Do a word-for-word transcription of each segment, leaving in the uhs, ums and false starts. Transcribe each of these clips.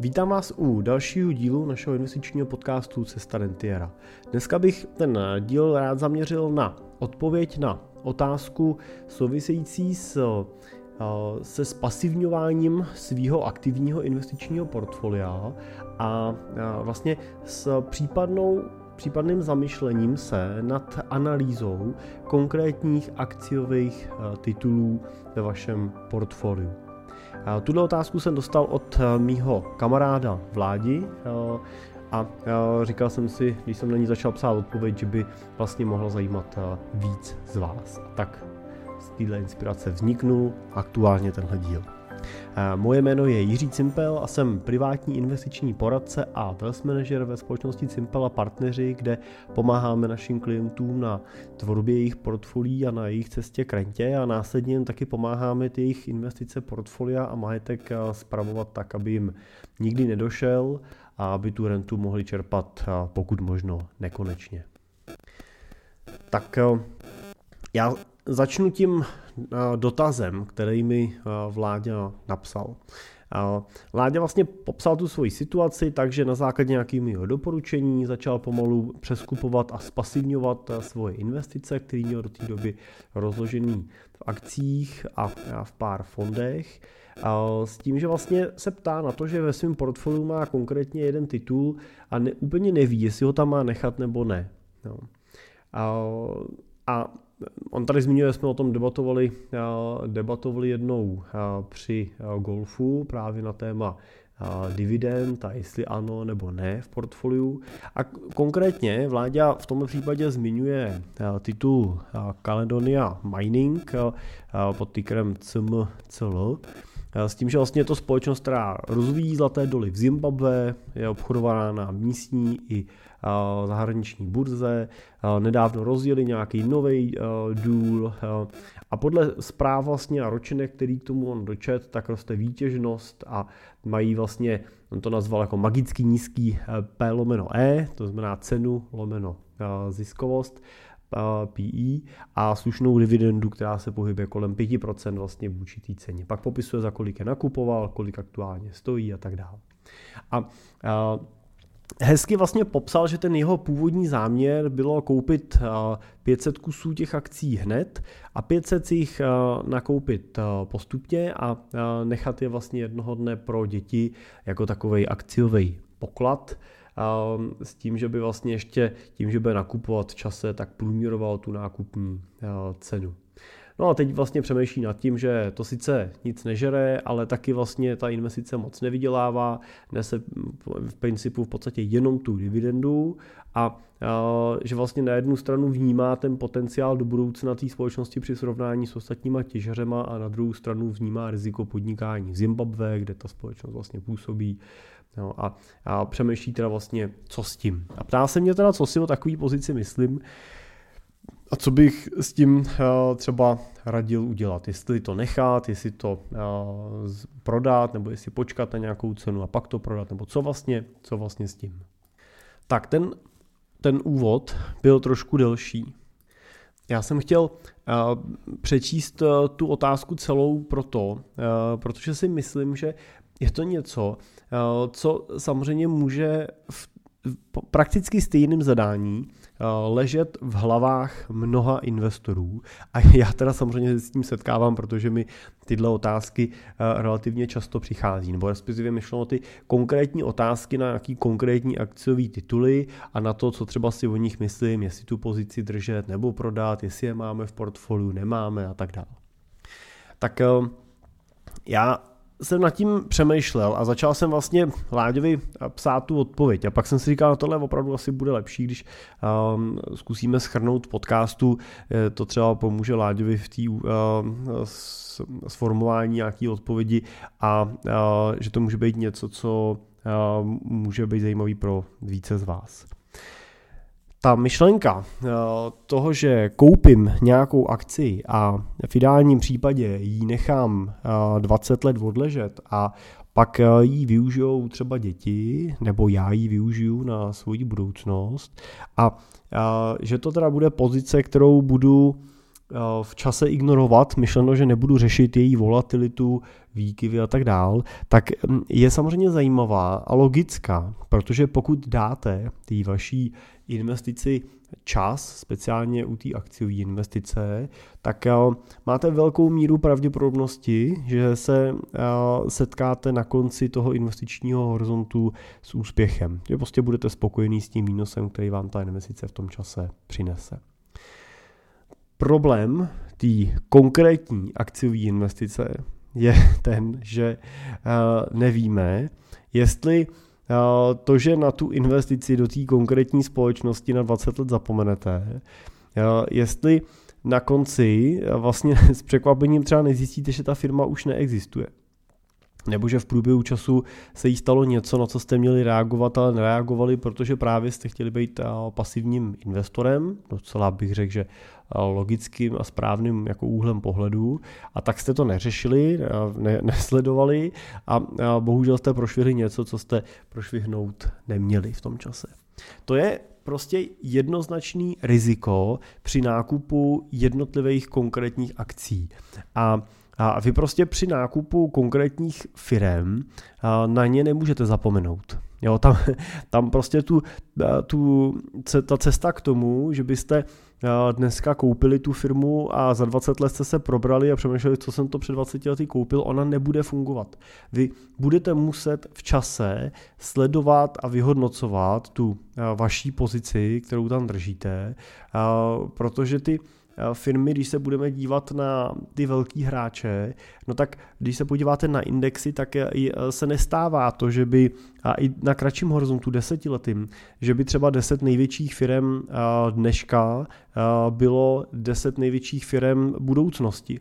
Vítám vás u dalšího dílu našeho investičního podcastu Cesta Rentiera. Dneska bych ten díl rád zaměřil na odpověď na otázku související s, se spasivňováním svého aktivního investičního portfolia a vlastně s případnou případným zamyšlením se nad analýzou konkrétních akciových titulů ve vašem portfoliu. Tuto otázku jsem dostal od mýho kamaráda Vládi a říkal jsem si, když jsem na ní začal psát odpověď, že by vlastně mohlo zajímat víc z vás. Tak z této inspirace vzniknul aktuálně tenhle díl. Moje jméno je Jiří Cimpel a jsem privátní investiční poradce a wealth manager ve společnosti Cimpel a partneři, kde pomáháme našim klientům na tvorbě jejich portfolií a na jejich cestě k rentě a následně jim taky pomáháme ty jejich investice, portfolia a majetek spravovat tak, aby jim nikdy nedošel a aby tu rentu mohli čerpat pokud možno nekonečně. Tak já začnu tím dotazem, který mi Vláďa napsal. Vláďa vlastně popsal tu svoji situaci, takže na základě nějakých mého doporučení začal pomalu přeskupovat a spasivňovat svoje investice, které měl do té doby rozložený v akcích a v pár fondech. S tím, že vlastně se ptá na to, že ve svém portfoliu má konkrétně jeden titul a ne, úplně neví, jestli ho tam má nechat nebo ne. No. A, a on tady zmiňuje, jsme o tom debatovali, debatovali jednou při golfu právě na téma dividend a jestli ano nebo ne v portfoliu. A konkrétně Vláďa v tomto případě zmiňuje titul Caledonia Mining pod tickerem C M C L. S tím, že vlastně je to společnost, která rozvíjí zlaté doly v Zimbabwe, je obchodovaná na místní i zahraniční burze, nedávno rozjeli nějaký nový důl a podle zpráv vlastně a ročinek, který k tomu on dočet, tak roste výtěžnost a mají vlastně, on to nazval jako magicky nízký P lomeno E, to znamená cenu lomeno ziskovost, P E a slušnou dividendu, která se pohybuje kolem pět procent vlastně v určitý ceně. Pak popisuje, za kolik je nakupoval, kolik aktuálně stojí a tak dále. A, a hezky vlastně popsal, že ten jeho původní záměr bylo koupit pět set kusů těch akcí hned a pět set si jich nakoupit postupně a nechat je vlastně jednoho dne pro děti jako takovej akciový poklad, s tím, že by vlastně ještě tím, že bude nakupovat v čase, tak průměroval tu nákupní cenu. No a teď vlastně přemýšlí nad tím, že to sice nic nežere, ale taky vlastně ta investice moc nevydělává, nese v principu v podstatě jenom tu dividendu a, a že vlastně na jednu stranu vnímá ten potenciál do budoucna té společnosti při srovnání s ostatníma těžařema a na druhou stranu vnímá riziko podnikání v Zimbabwe, kde ta společnost vlastně působí. No a, a přemýšlí teda vlastně, co s tím. A ptá se mě teda, co si o takové pozici myslím a co bych s tím uh, třeba radil udělat. Jestli to nechat, jestli to uh, prodat, nebo jestli počkat na nějakou cenu a pak to prodat, nebo co vlastně, co vlastně s tím. Tak ten, ten úvod byl trošku delší. Já jsem chtěl uh, přečíst uh, tu otázku celou proto, uh, protože si myslím, že je to něco, co samozřejmě může v prakticky stejným zadání ležet v hlavách mnoha investorů. A já teda samozřejmě s tím setkávám, protože mi tyhle otázky relativně často přichází. Nebo respektive myšleno ty konkrétní otázky na nějaký konkrétní akciový tituly a na to, co třeba si o nich myslím, jestli tu pozici držet nebo prodat, jestli je máme v portfoliu, nemáme a tak dále. Tak já jsem nad tím přemýšlel a začal jsem vlastně Láďovi psát tu odpověď a pak jsem si říkal, že tohle opravdu asi bude lepší, když um, zkusíme shrnout podcastu, to třeba pomůže Láďovi v té uh, sformování nějaké odpovědi a uh, že to může být něco, co uh, může být zajímavý pro více z vás. Ta myšlenka toho, že koupím nějakou akci a v ideálním případě ji nechám dvacet let odležet a pak ji využijou třeba děti, nebo já ji využiju na svoji budoucnost a že to teda bude pozice, kterou budu v čase ignorovat, myšleno, že nebudu řešit její volatilitu, výkyvy a tak dál, tak je samozřejmě zajímavá a logická, protože pokud dáte té vaší investici čas, speciálně u té akciové investice, tak máte velkou míru pravděpodobnosti, že se setkáte na konci toho investičního horizontu s úspěchem. Že prostě budete spokojení s tím výnosem, který vám ta investice v tom čase přinese. Problém té konkrétní akciové investice je ten, že nevíme, jestli to, že na tu investici do té konkrétní společnosti na dvacet let zapomenete, jestli na konci vlastně s překvapením třeba nezjistíte, že ta firma už neexistuje. Nebo že v průběhu času se jí stalo něco, na co jste měli reagovat, ale nereagovali, protože právě jste chtěli být pasivním investorem, docela bych řekl, že logickým a správným jako úhlem pohledu, a tak jste to neřešili, ne, nesledovali a, a bohužel jste prošvihli něco, co jste prošvihnout neměli v tom čase. To je prostě jednoznačný riziko při nákupu jednotlivých konkrétních akcí. A A vy prostě při nákupu konkrétních firem na ně nemůžete zapomenout. Jo, tam, tam prostě tu, tu, ta cesta k tomu, že byste dneska koupili tu firmu a za dvacet let jste se probrali a přemýšleli, co jsem to před dvaceti lety koupil, ona nebude fungovat. Vy budete muset v čase sledovat a vyhodnocovat tu vaší pozici, kterou tam držíte, protože ty firmy, když se budeme dívat na ty velký hráče, no tak když se podíváte na indexy, tak se nestává to, že by a i na kratším horizontu desetiletým, že by třeba deset největších firm dneška bylo deset největších firm budoucnosti.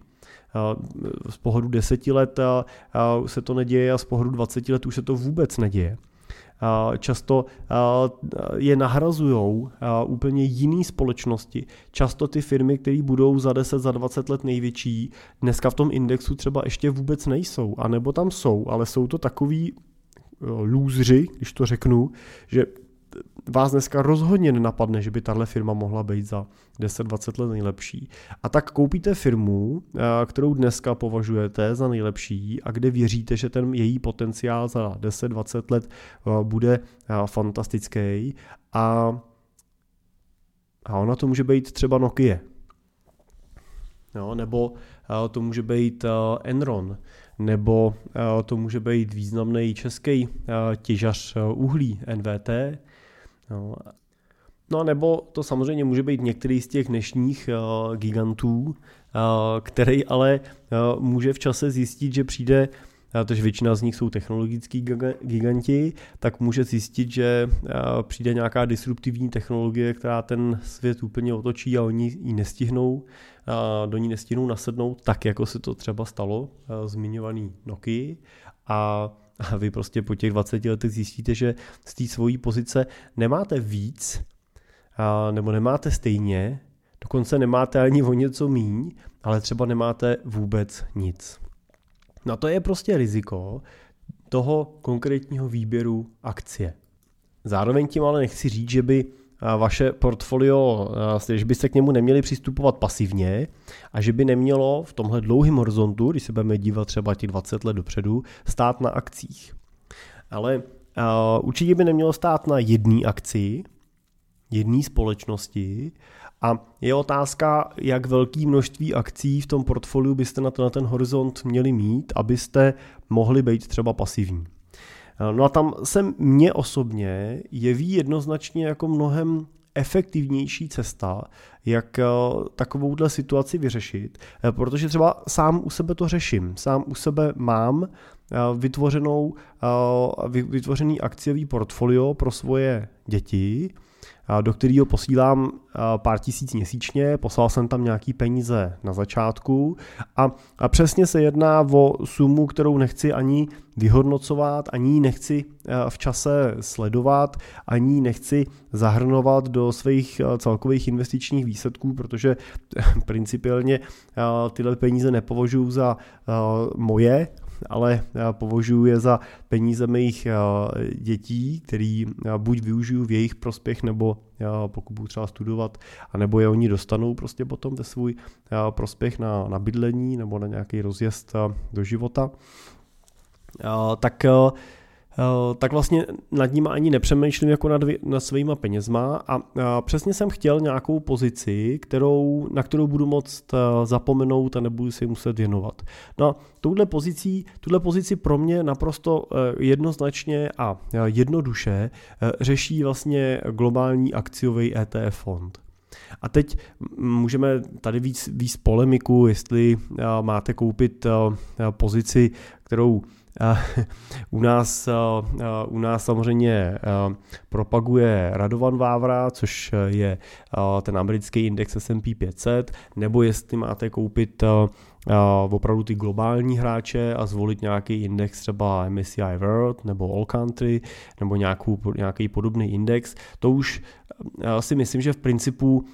Z pohledu deseti let se to neděje a z pohledu dvaceti let už se to vůbec neděje. Často je nahrazujou úplně jiné společnosti. Často ty firmy, které budou za deset, za dvacet let největší, dneska v tom indexu třeba ještě vůbec nejsou, anebo tam jsou, ale jsou to takový lůzři, když to řeknu, že vás dneska rozhodně nenapadne, že by tahle firma mohla být za deset dvacet let nejlepší. A tak koupíte firmu, kterou dneska považujete za nejlepší a kde věříte, že ten její potenciál za deset dvacet let bude fantastický. A, a ona to může být třeba Nokia. Jo, nebo to může být Enron, nebo to může být významný český těžař uhlí N V T. No. no nebo to samozřejmě může být některý z těch dnešních uh, gigantů, uh, který ale uh, může v čase zjistit, že přijde, protože většina z nich jsou technologický giganti, tak může zjistit, že uh, přijde nějaká disruptivní technologie, která ten svět úplně otočí a oni ji nestihnou, uh, do ní nestihnou nasednout, tak jako se to třeba stalo uh, zmiňovaný Nokia. A A vy prostě po těch dvaceti letech zjistíte, že z té svojí pozice nemáte víc, nebo nemáte stejně, dokonce nemáte ani o něco míň, ale třeba nemáte vůbec nic. No to je prostě riziko toho konkrétního výběru akcie. Zároveň tím ale nechci říct, že by vaše portfolio, že byste k němu neměli přistupovat pasivně a že by nemělo v tomhle dlouhém horizontu, když se budeme dívat třeba těch dvacet let dopředu, stát na akcích. Ale uh, určitě by nemělo stát na jedné akci, jedné společnosti a je otázka, jak velké množství akcí v tom portfoliu byste na ten, na ten horizont měli mít, abyste mohli být třeba pasivní. No a tam se mně osobně jeví jednoznačně jako mnohem efektivnější cesta, jak takovouhle situaci vyřešit, protože třeba sám u sebe to řeším, sám u sebe mám vytvořenou, vytvořený akciový portfolio pro svoje děti, do kterého posílám pár tisíc měsíčně, poslal jsem tam nějaký peníze na začátku a, a přesně se jedná o sumu, kterou nechci ani vyhodnocovat, ani nechci v čase sledovat, ani nechci zahrnovat do svých celkových investičních výsledků, protože principiálně tyhle peníze nepovažuji za moje, ale považuji je za peníze mých dětí, který buď využiju v jejich prospěch, nebo pokud budu třeba studovat, anebo je oni dostanou prostě potom ve svůj prospěch na, na bydlení nebo na nějaký rozjezd do života, tak tak vlastně nad ním ani nepřemýšlím jako nad, nad svýma penězma a, a přesně jsem chtěl nějakou pozici, kterou, na kterou budu moct zapomenout a nebudu si muset věnovat. No a touhle pozicí, tuhle pozici pro mě naprosto jednoznačně a jednoduše řeší vlastně globální akciový E T F fond. A teď můžeme tady víc, víc polemiku, jestli máte koupit pozici, kterou u nás, u nás samozřejmě propaguje Radovan Vávra, což je ten americký index S and P pět set, nebo jestli máte koupit opravdu ty globální hráče a zvolit nějaký index, třeba M S C I World nebo All Country nebo nějakou, nějaký podobný index. To už si myslím, že v principu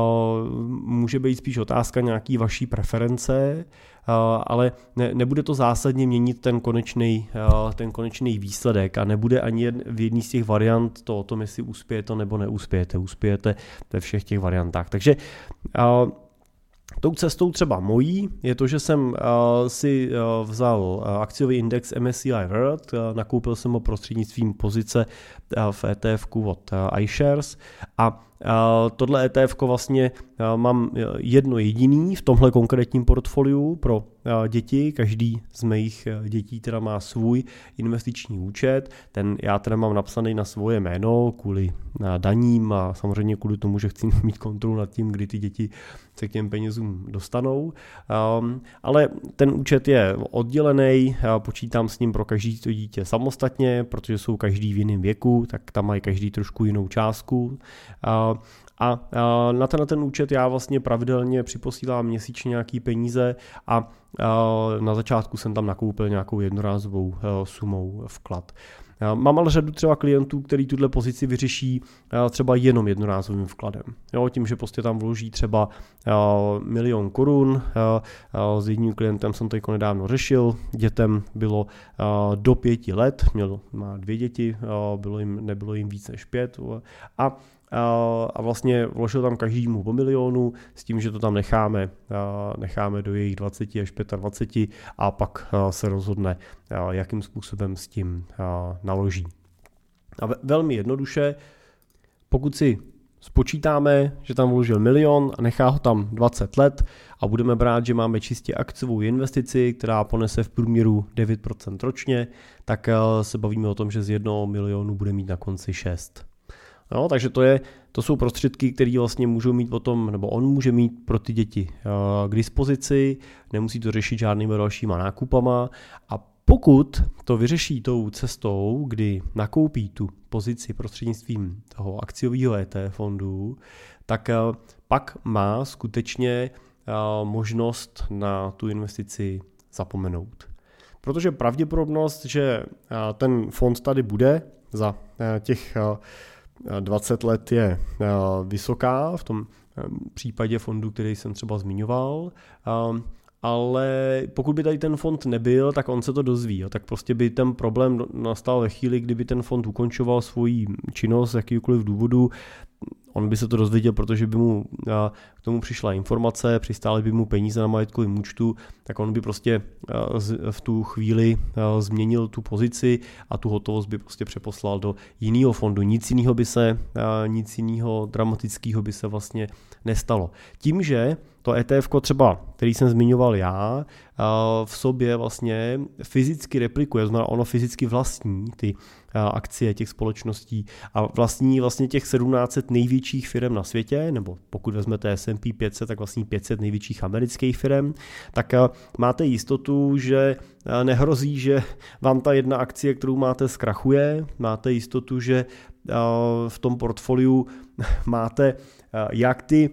může být spíš otázka nějaký vaší preference, ale ne, nebude to zásadně měnit ten konečný, ten konečný výsledek a nebude ani v jedné z těch variant to o tom, jestli uspějete nebo neuspějete. Uspějete ve všech těch variantách. Takže tou cestou třeba mojí je to, že jsem uh, si uh, vzal uh, akciový index M S C I World, uh, nakoupil jsem ho prostřednictvím pozice uh, v E T F ku od uh, iShares a Uh, tohle E T F ko vlastně uh, mám jedno jediný v tomhle konkrétním portfoliu pro uh, děti. Každý z mých uh, dětí teda má svůj investiční účet. Ten já teda mám napsaný na svoje jméno kvůli uh, daním a samozřejmě kvůli tomu, že chci mít kontrolu nad tím, kdy ty děti se k těm penězům dostanou. Um, ale ten účet je oddělený, uh, počítám s ním pro každý to dítě samostatně, protože jsou každý v jiném věku, tak tam mají každý trošku jinou částku. Uh, A na ten, na ten účet já vlastně pravidelně připosílám měsíčně nějaký peníze a na začátku jsem tam nakoupil nějakou jednorázovou sumou vklad. Mám ale řadu třeba klientů, který tuhle pozici vyřeší třeba jenom jednorázovým vkladem. Jo, tím, že prostě tam vloží třeba milion korun. S jedním klientem jsem to jako nedávno řešil. Dětem bylo do pěti let, měl, má dvě děti, bylo jim, nebylo jim víc než pět a a vlastně vložil tam každému po milionu s tím, že to tam necháme, necháme do jejich dvacet až dvacet pět a pak se rozhodne, jakým způsobem s tím naloží. A velmi jednoduše, pokud si spočítáme, že tam vložil milion a nechá ho tam dvacet let a budeme brát, že máme čistě akciovou investici, která ponese v průměru devět procent ročně, tak se bavíme o tom, že z jednoho milionu bude mít na konci šest. No, takže to, je, to jsou prostředky, které vlastně můžou mít potom, nebo on může mít pro ty děti k dispozici, nemusí to řešit žádnýma dalšíma nákupama a pokud to vyřeší tou cestou, kdy nakoupí tu pozici prostřednictvím toho akciového E T F fondu, tak pak má skutečně možnost na tu investici zapomenout. Protože pravděpodobnost, že ten fond tady bude za těch dvacet let je vysoká v tom případě fondu, který jsem třeba zmiňoval, ale pokud by tady ten fond nebyl, tak on se to dozví. Tak prostě by ten problém nastal ve chvíli, kdyby ten fond ukončoval svoji činnost z jakýkoliv důvodu. On by se to dozvěděl, protože by mu k tomu přišla informace, přistály by mu peníze na majetkovém účtu, tak on by prostě v tu chvíli změnil tu pozici a tu hotovost by prostě přeposlal do jiného fondu. Nic jiného by se, nic jiného dramatického by se vlastně nestalo. Tím, že to E T F ko třeba, který jsem zmiňoval já, v sobě vlastně fyzicky replikuje, znamená ono fyzicky vlastní ty akcie těch společností a vlastní vlastně těch sedmnáct set největších firm na světě, nebo pokud vezmete S and P pět set, tak vlastně pět set největších amerických firm, tak máte jistotu, že nehrozí, že vám ta jedna akcie, kterou máte, zkrachuje, máte jistotu, že v tom portfoliu máte jak ty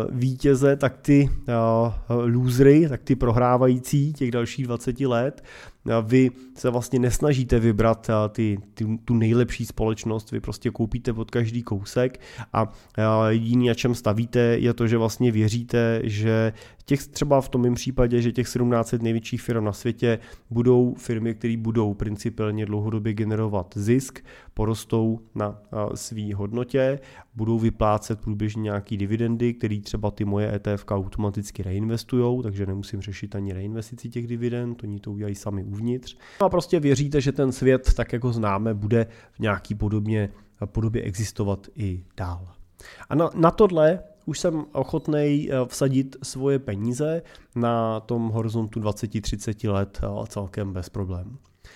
vítěze, tak ty losery, tak ty prohrávající těch dalších dvacet let vy se vlastně nesnažíte vybrat ty, ty, tu nejlepší společnost, vy prostě koupíte pod každý kousek a jediný, na čem stavíte, je to, že vlastně věříte, že těch třeba v tom mém případě, že těch sedmnáct set největších firm na světě budou firmy, které budou principiálně dlouhodobě generovat zisk, porostou na své hodnotě, budou vyplácet průběžně nějaký dividendy, které třeba ty moje E T F automaticky reinvestujou, takže nemusím řešit ani reinvestici těch dividend, oni to udělají sami uvnitř. A prostě věříte, že ten svět, tak jako známe, bude v nějaký podobně, podobě existovat i dál. A na, na tohle už jsem ochotnej vsadit svoje peníze na tom horizontu dvacet třicet let celkem bez problémů.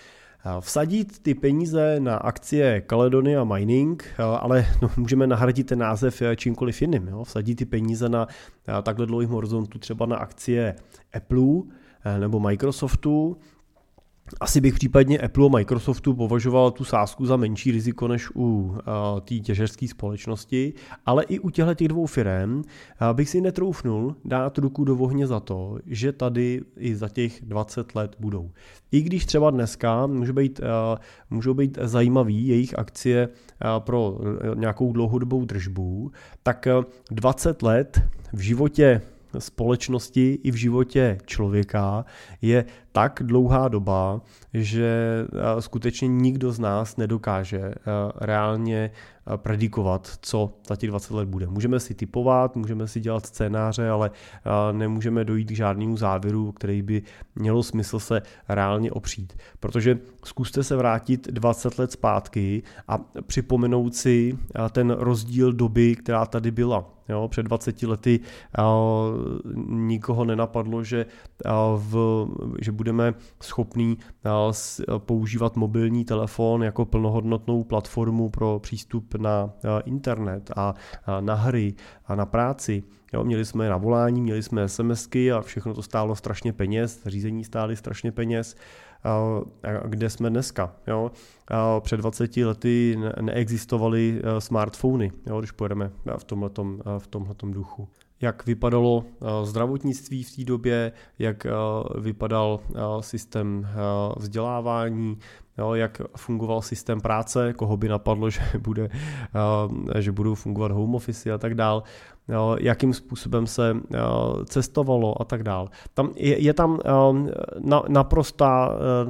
Vsadit ty peníze na akcie Caledonia Mining, ale no, můžeme nahradit ten název čímkoliv jiným. Jo? Vsadit ty peníze na takhle dlouhým horizontu třeba na akcie Apple nebo Microsoftu. Asi bych případně Apple a Microsoftu považoval tu sázku za menší riziko než u uh, té těžařské společnosti, ale i u těchto těch dvou firem uh, bych si netroufnul dát ruku do ohně za to, že tady i za těch dvacet let budou. I když třeba dneska může být, uh, můžou být zajímavý jejich akcie uh, pro uh, nějakou dlouhodobou držbu, tak uh, dvacet let v životě společnosti i v životě člověka je tak dlouhá doba, že skutečně nikdo z nás nedokáže reálně predikovat, co za těch dvacet let bude. Můžeme si tipovat, můžeme si dělat scénáře, ale nemůžeme dojít k žádnému závěru, který by mělo smysl se reálně opřít. Protože zkuste se vrátit dvacet let zpátky a připomenout si ten rozdíl doby, která tady byla. Jo, před dvaceti lety uh, nikoho nenapadlo, že, uh, v, že budeme schopní uh, s, uh, používat mobilní telefon jako plnohodnotnou platformu pro přístup na uh, internet a uh, na hry a na práci. Jo, měli jsme na volání, měli jsme SMSky a všechno to stálo strašně peněz, řízení stály strašně peněz. A kde jsme dneska? Jo? A před dvaceti lety neexistovaly smartfony, jo? Když pojedeme v tomhletom, v tomhletom duchu. Jak vypadalo zdravotnictví v té době, jak vypadal systém vzdělávání, jo, jak fungoval systém práce, koho by napadlo, že, bude, že budou fungovat home office a tak dál, jo, jakým způsobem se cestovalo a tak dál. Tam je, je tam na, naprostá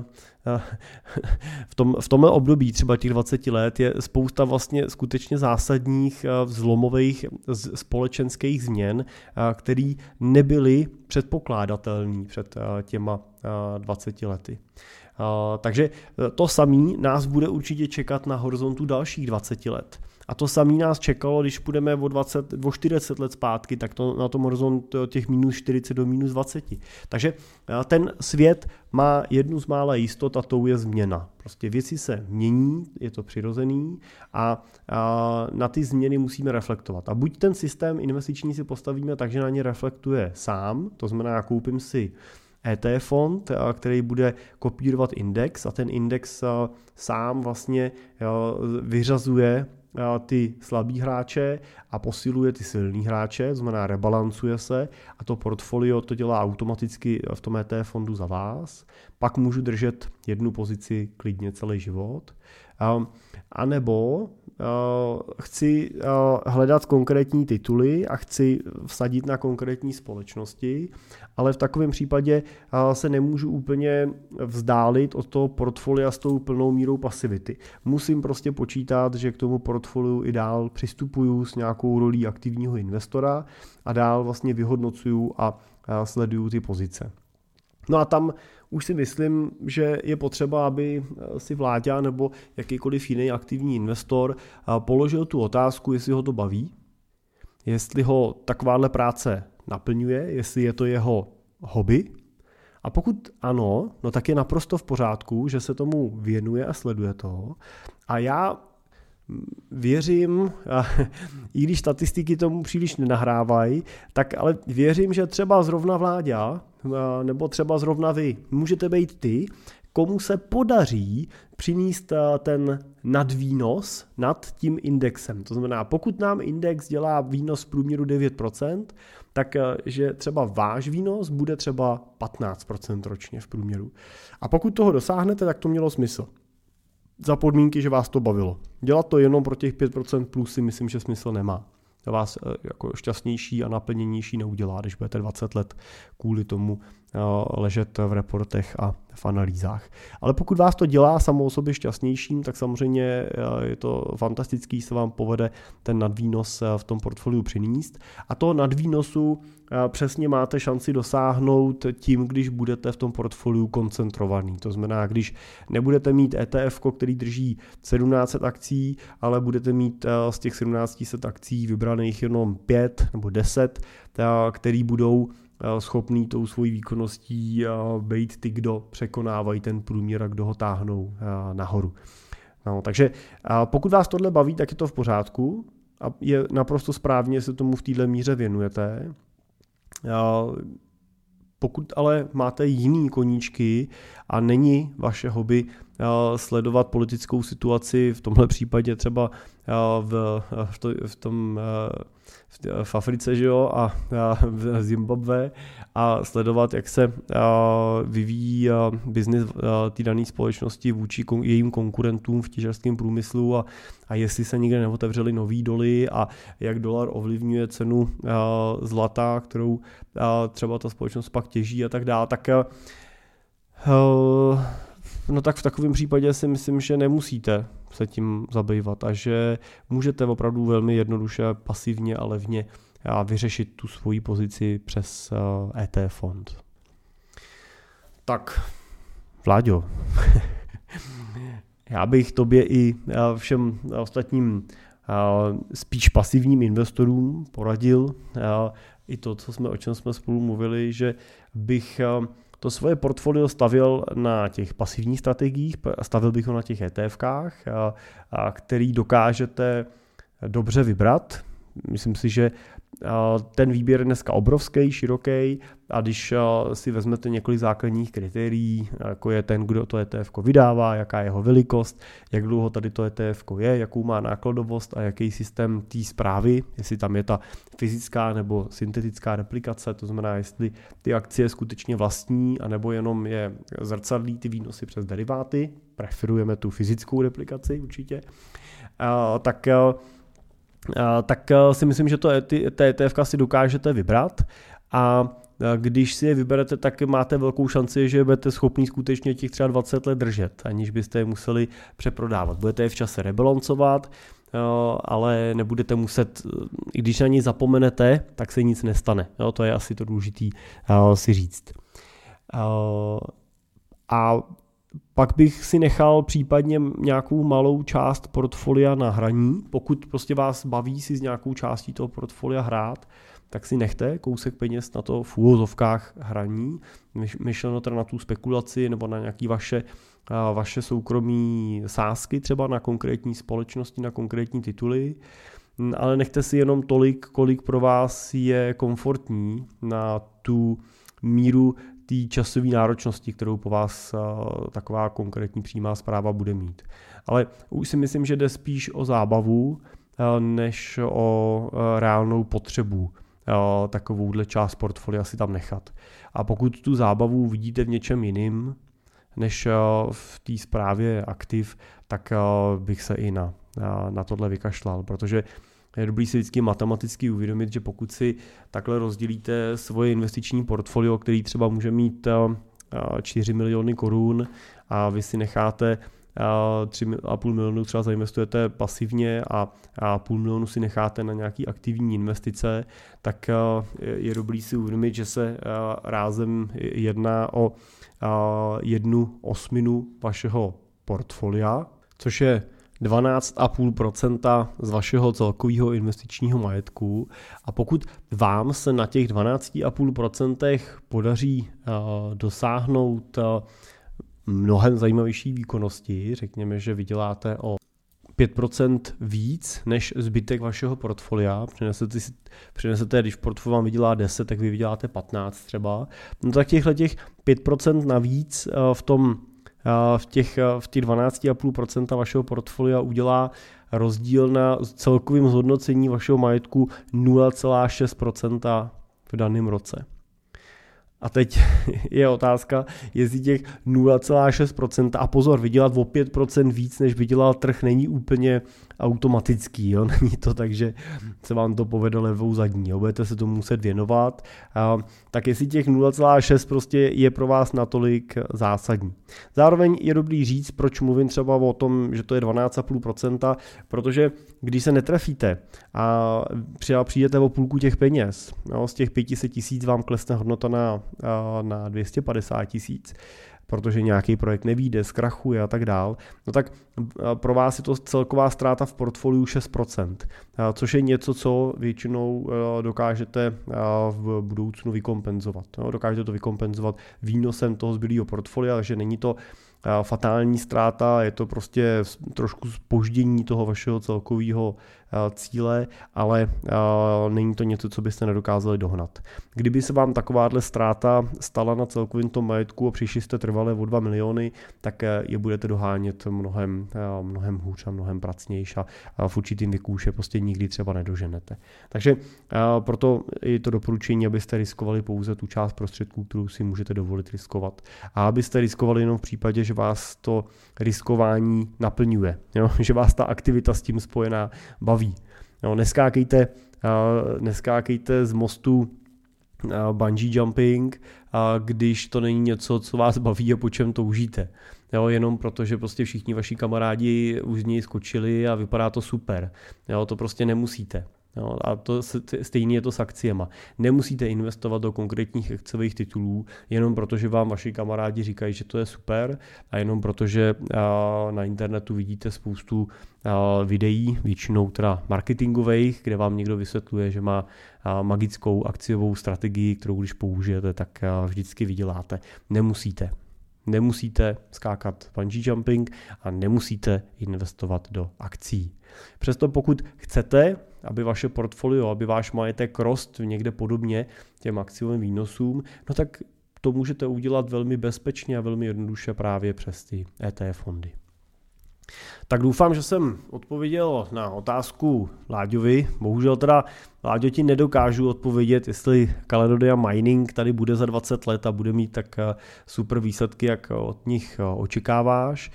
v, tom, v tomhle období třeba těch dvaceti let je spousta vlastně skutečně zásadních zlomových společenských změn, které nebyly předpokládatelné před těma dvaceti lety. Uh, takže to samé nás bude určitě čekat na horizontu dalších dvaceti let. A to samé nás čekalo, když půjdeme o, dvacet, o čtyřicet let zpátky, tak to na tom horizontu těch minus čtyřicet do minus dvacet. Takže uh, ten svět má jednu z mála jistot a tou je změna. Prostě věci se mění, je to přirozený a, a na ty změny musíme reflektovat. A buď ten systém investiční si postavíme tak, že na ně reflektuje sám, to znamená, já koupím si E T F fond, který bude kopírovat index a ten index sám vlastně vyřazuje ty slabý hráče a posiluje ty silný hráče, to znamená rebalancuje se a to portfolio to dělá automaticky v tom E T F fondu za vás. Pak můžu držet jednu pozici klidně celý život. A nebo chci hledat konkrétní tituly a chci vsadit na konkrétní společnosti, ale v takovém případě se nemůžu úplně vzdálit od toho portfolia s tou plnou mírou pasivity. Musím prostě počítat, že k tomu portfoliu i dál přistupuju s nějakou rolí aktivního investora a dál vlastně vyhodnocuju a sleduju ty pozice. No a tam už si myslím, že je potřeba, aby si Vláďa nebo jakýkoliv jiný aktivní investor položil tu otázku, jestli ho to baví, jestli ho takováhle práce naplňuje, jestli je to jeho hobby. A pokud ano, no tak je naprosto v pořádku, že se tomu věnuje a sleduje to. A já věřím, i když statistiky tomu příliš nenahrávají, tak ale věřím, že třeba zrovna Vláďa, nebo třeba zrovna vy, můžete být ty, komu se podaří přinést ten nadvýnos nad tím indexem. To znamená, pokud nám index dělá výnos v průměru devět procent, tak že třeba váš výnos bude třeba patnáct procent ročně v průměru. A pokud toho dosáhnete, tak to mělo smysl. Za podmínky, že vás to bavilo. Dělat to jenom pro těch pět procent plus si myslím, že smysl nemá. To vás jako šťastnější a naplněnější neudělá, když budete dvacet let kvůli tomu ležet v reportech a v analýzách. Ale pokud vás to dělá samo o sobě šťastnějším, tak samozřejmě je to fantastický, se vám povede ten nadvýnos v tom portfoliu přinést. A toho nadvýnosu přesně máte šanci dosáhnout tím, když budete v tom portfoliu koncentrovaný. To znamená, když nebudete mít E T F, který drží sedmnáct set akcí, ale budete mít z těch sedmnáct set akcí vybraných jenom pět nebo deset, který budou schopný tou svojí výkonností být ty, kdo překonávají ten průměr a kdo ho táhnou nahoru. No, takže pokud vás tohle baví, tak je to v pořádku a je naprosto správně, že se tomu v této míře věnujete. Pokud ale máte jiný koníčky a není vaše hobby sledovat politickou situaci, v tomhle případě třeba v, v, to, v tom v Africe, že jo, a, a v Zimbabwe a sledovat, jak se a, vyvíjí biznis té dané společnosti vůči kon, jejím konkurentům v těžařském průmyslu a, a jestli se nikde neotevřely nový doly a jak dolar ovlivňuje cenu a, zlata, kterou a, třeba ta společnost pak těží a tak dále, tak a, a, no tak v takovém případě si myslím, že nemusíte se tím zabývat a že můžete opravdu velmi jednoduše, pasivně a levně vyřešit tu svoji pozici přes E T F fond. Tak, Vláďo, já bych tobě i všem ostatním spíš pasivním investorům poradil i to, co jsme, o čem jsme spolu mluvili, že bych to svoje portfolio stavil na těch pasivních strategiích, stavil bych ho na těch ETFkách, který dokážete dobře vybrat. Myslím si, že ten výběr je dneska obrovský, široký a když si vezmete několik základních kritérií, jako je ten, kdo to E T F vydává, jaká je jeho velikost, jak dlouho tady to E T F je, jakou má nákladovost a jaký systém té správy, jestli tam je ta fyzická nebo syntetická replikace, to znamená, jestli ty akcie skutečně vlastní, anebo jenom je zrcadlí ty výnosy přes deriváty, preferujeme tu fyzickou replikaci určitě, tak tak si myslím, že to E T F si dokážete vybrat a když si je vyberete, tak máte velkou šanci, že budete schopni skutečně těch třeba dvacet let držet, aniž byste je museli přeprodávat. Budete je v čase rebalancovat, ale nebudete muset, i když na ní zapomenete, tak se nic nestane. To je asi to důležité si říct. A pak bych si nechal případně nějakou malou část portfolia na hraní. Pokud prostě vás baví si s nějakou částí toho portfolia hrát, tak si nechte kousek peněz na to v úvozovkách hraní, myšleno teda na tu spekulaci nebo na nějaké vaše, vaše soukromí sázky, třeba na konkrétní společnosti, na konkrétní tituly, ale nechte si jenom tolik, kolik pro vás je komfortní na tu míru té časové náročnosti, kterou po vás taková konkrétní přímá zpráva bude mít. Ale už si myslím, že jde spíš o zábavu, než o reálnou potřebu takovouhle část portfolia si tam nechat. A pokud tu zábavu vidíte v něčem jiným, než v té správě aktiv, tak bych se i na, na tohle vykašlal, protože je dobrý si vždycky matematicky uvědomit, že pokud si takhle rozdělíte svoje investiční portfolio, který třeba může mít čtyři miliony korun a vy si necháte tři a půl milionu třeba zainvestujete pasivně a, a půl milionu si necháte na nějaký aktivní investice, tak je dobrý si uvědomit, že se rázem jedná o jednu osminu vašeho portfolia, což je dvanáct celá pět procenta z vašeho celkového investičního majetku a pokud vám se na těch dvanáct celá pět procenta podaří dosáhnout mnohem zajímavější výkonnosti, řekněme, že vyděláte o pět procent víc než zbytek vašeho portfolia, přinesete, přinesete když portfolio vám vydělá deset, tak vy vyděláte patnáct třeba, no tak těchto těch pět procent navíc v tom v těch, v těch dvanáct celá pět procenta vašeho portfolia udělá rozdíl na celkovém zhodnocení vašeho majetku nula celá šest procenta v daném roce. A teď je otázka, jestli těch nula celá šest procenta a pozor, vydělat o pět procent víc, než vydělal trh, není úplně automatický. Jo? Není to tak, že se vám to povede levou zadní. Jo? Budete se tomu muset věnovat. A, tak jestli těch nula celá šest prostě je pro vás natolik zásadní. Zároveň je dobrý říct, proč mluvím třeba o tom, že to je dvanáct celá pět procenta, protože když se netrefíte a přijdete o půlku těch peněz, jo? Z těch pět set tisíc vám klesne hodnota na na dvě stě padesát tisíc, protože nějaký projekt nevyjde, zkrachuje a tak dál, no tak pro vás je to celková ztráta v portfoliu šest procent, což je něco, co většinou dokážete v budoucnu vykompenzovat. Dokážete to vykompenzovat výnosem toho zbylého portfolia, takže není to fatální ztráta, je to prostě trošku zpoždění toho vašeho celkového cíle, ale není to něco, co byste nedokázali dohnat. Kdyby se vám takováhle ztráta stala na celkovém tom majetku a přišli jste trvale o dva miliony, tak je budete dohánět mnohem, mnohem hůř a mnohem pracnější a v určitým věku už je prostě nikdy třeba nedoženete. Takže proto je to doporučení, abyste riskovali pouze tu část prostředků, kterou si můžete dovolit riskovat. A abyste riskovali jenom v případě, že vás to riskování naplňuje, jo? Že vás ta aktivita s tím spojená baví. Jo? Neskákejte, uh, neskákejte z mostu uh, bungee jumping, uh, když to není něco, co vás baví a po čem toužíte. Jo? Jenom proto, že prostě všichni vaši kamarádi už z něj skočili a vypadá to super. Jo? To prostě nemusíte. No, a to stejně je to s akciema. Nemusíte investovat do konkrétních akciových titulů jenom proto, že vám vaši kamarádi říkají, že to je super a jenom proto, že na internetu vidíte spoustu videí, většinou teda marketingových, kde vám někdo vysvětluje, že má magickou akciovou strategii, kterou když použijete, tak vždycky vyděláte. Nemusíte. Nemusíte skákat bungee jumping a nemusíte investovat do akcí. Přesto pokud chcete, aby vaše portfolio, aby váš majetek rost někde podobně těm akciovým výnosům, no tak to můžete udělat velmi bezpečně a velmi jednoduše právě přes ty E T F fondy. Tak doufám, že jsem odpověděl na otázku Láďovi. Bohužel teda, Láďo, ti nedokážu odpovědět, jestli Caledonia Mining tady bude za dvacet let a bude mít tak super výsledky, jak od nich očekáváš,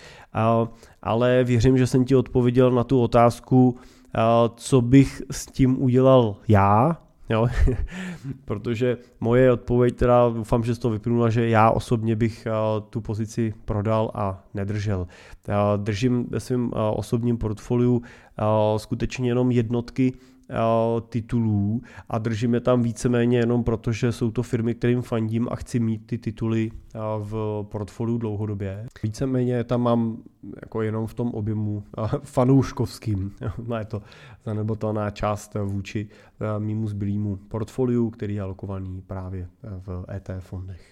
ale věřím, že jsem ti odpověděl na tu otázku, co bych s tím udělal já, jo? Protože moje odpověď teda, doufám, že z toho vyplynula, že já osobně bych tu pozici prodal a nedržel. Držím ve svém osobním portfoliu skutečně jenom jednotky titulů a držím je tam víceméně jenom proto, že jsou to firmy, kterým fandím a chci mít ty tituly v portfoliu dlouhodobě. Víceméně tam mám jako jenom v tom objemu fanouškovským. No je to zanedbatelná část vůči mýmu zbylýmu portfoliu, který je alokovaný právě v E T F fondech.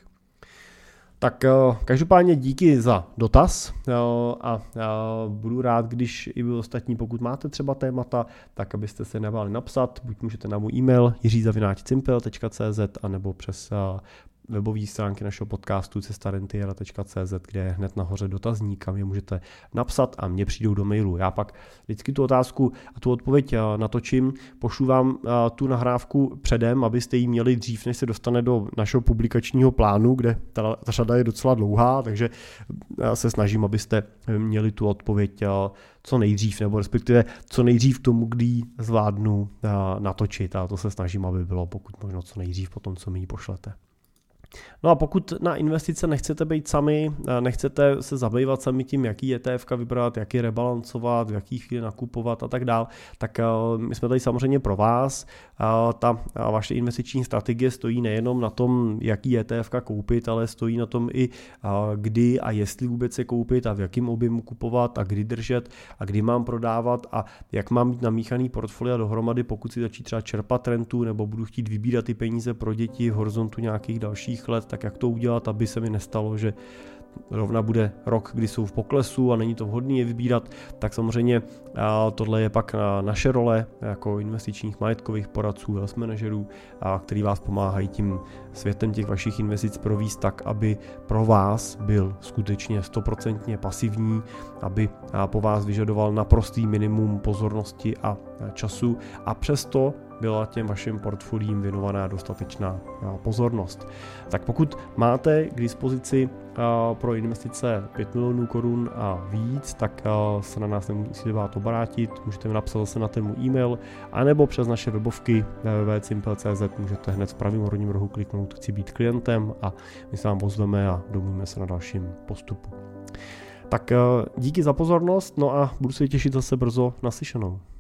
Tak každopádně díky za dotaz a budu rád, když i vy ostatní, pokud máte třeba témata, tak abyste se nebáli napsat, buď můžete na můj e-mail jiří zavináč cimpel tečka cé zet anebo přes webové stránky našeho podcastu cesta rentiera tečka cé zet, kde je hned nahoře dotazník, kam je můžete napsat a mě přijdou do mailu. Já pak vždycky tu otázku a tu odpověď natočím, pošlu vám tu nahrávku předem, abyste ji měli dřív, než se dostane do našeho publikačního plánu, kde ta, ta řada je docela dlouhá, takže se snažím, abyste měli tu odpověď co nejdřív, nebo respektive co nejdřív k tomu, kdy ji zvládnu natočit, a to se snažím, aby bylo pokud možno co nejdřív po tom, co mi ji pošlete. No a pokud na investice nechcete být sami, nechcete se zabývat sami tím, jaký E T F ka vybrat, jak je rebalancovat, v jaký chvíli nakupovat a tak dál, tak my jsme tady samozřejmě pro vás. Ta vaše investiční strategie stojí nejenom na tom, jaký E T F ka koupit, ale stojí na tom i kdy a jestli vůbec je koupit a v jakém objemu kupovat a kdy držet a kdy mám prodávat a jak mám mít namíchaný portfolio dohromady, pokud si začít třeba čerpat rentu nebo budu chtít vybírat ty peníze pro děti v horizontu nějakých dalších let, tak jak to udělat, aby se mi nestalo, že rovna bude rok, kdy jsou v poklesu a není to vhodné je vybírat, tak samozřejmě tohle je pak naše role jako investičních majetkových poradců, wealth manažerů, který vás pomáhají tím světem těch vašich investic provést tak, aby pro vás byl skutečně stoprocentně pasivní, aby po vás vyžadoval naprostý minimum pozornosti a času a přesto byla těm vašim portfoliím věnovaná dostatečná pozornost. Tak pokud máte k dispozici pro investice pět milionů korun a víc, tak se na nás nemusíte bát obrátit, můžete mi napsat zase na ten můj e-mail, anebo přes naše webovky w w w tečka simple tečka c z můžete hned v pravém horním rohu kliknout chci být klientem a my se vám ozveme a domluvíme se na dalším postupu. Tak díky za pozornost, no a budu se těšit zase brzo naslyšenou.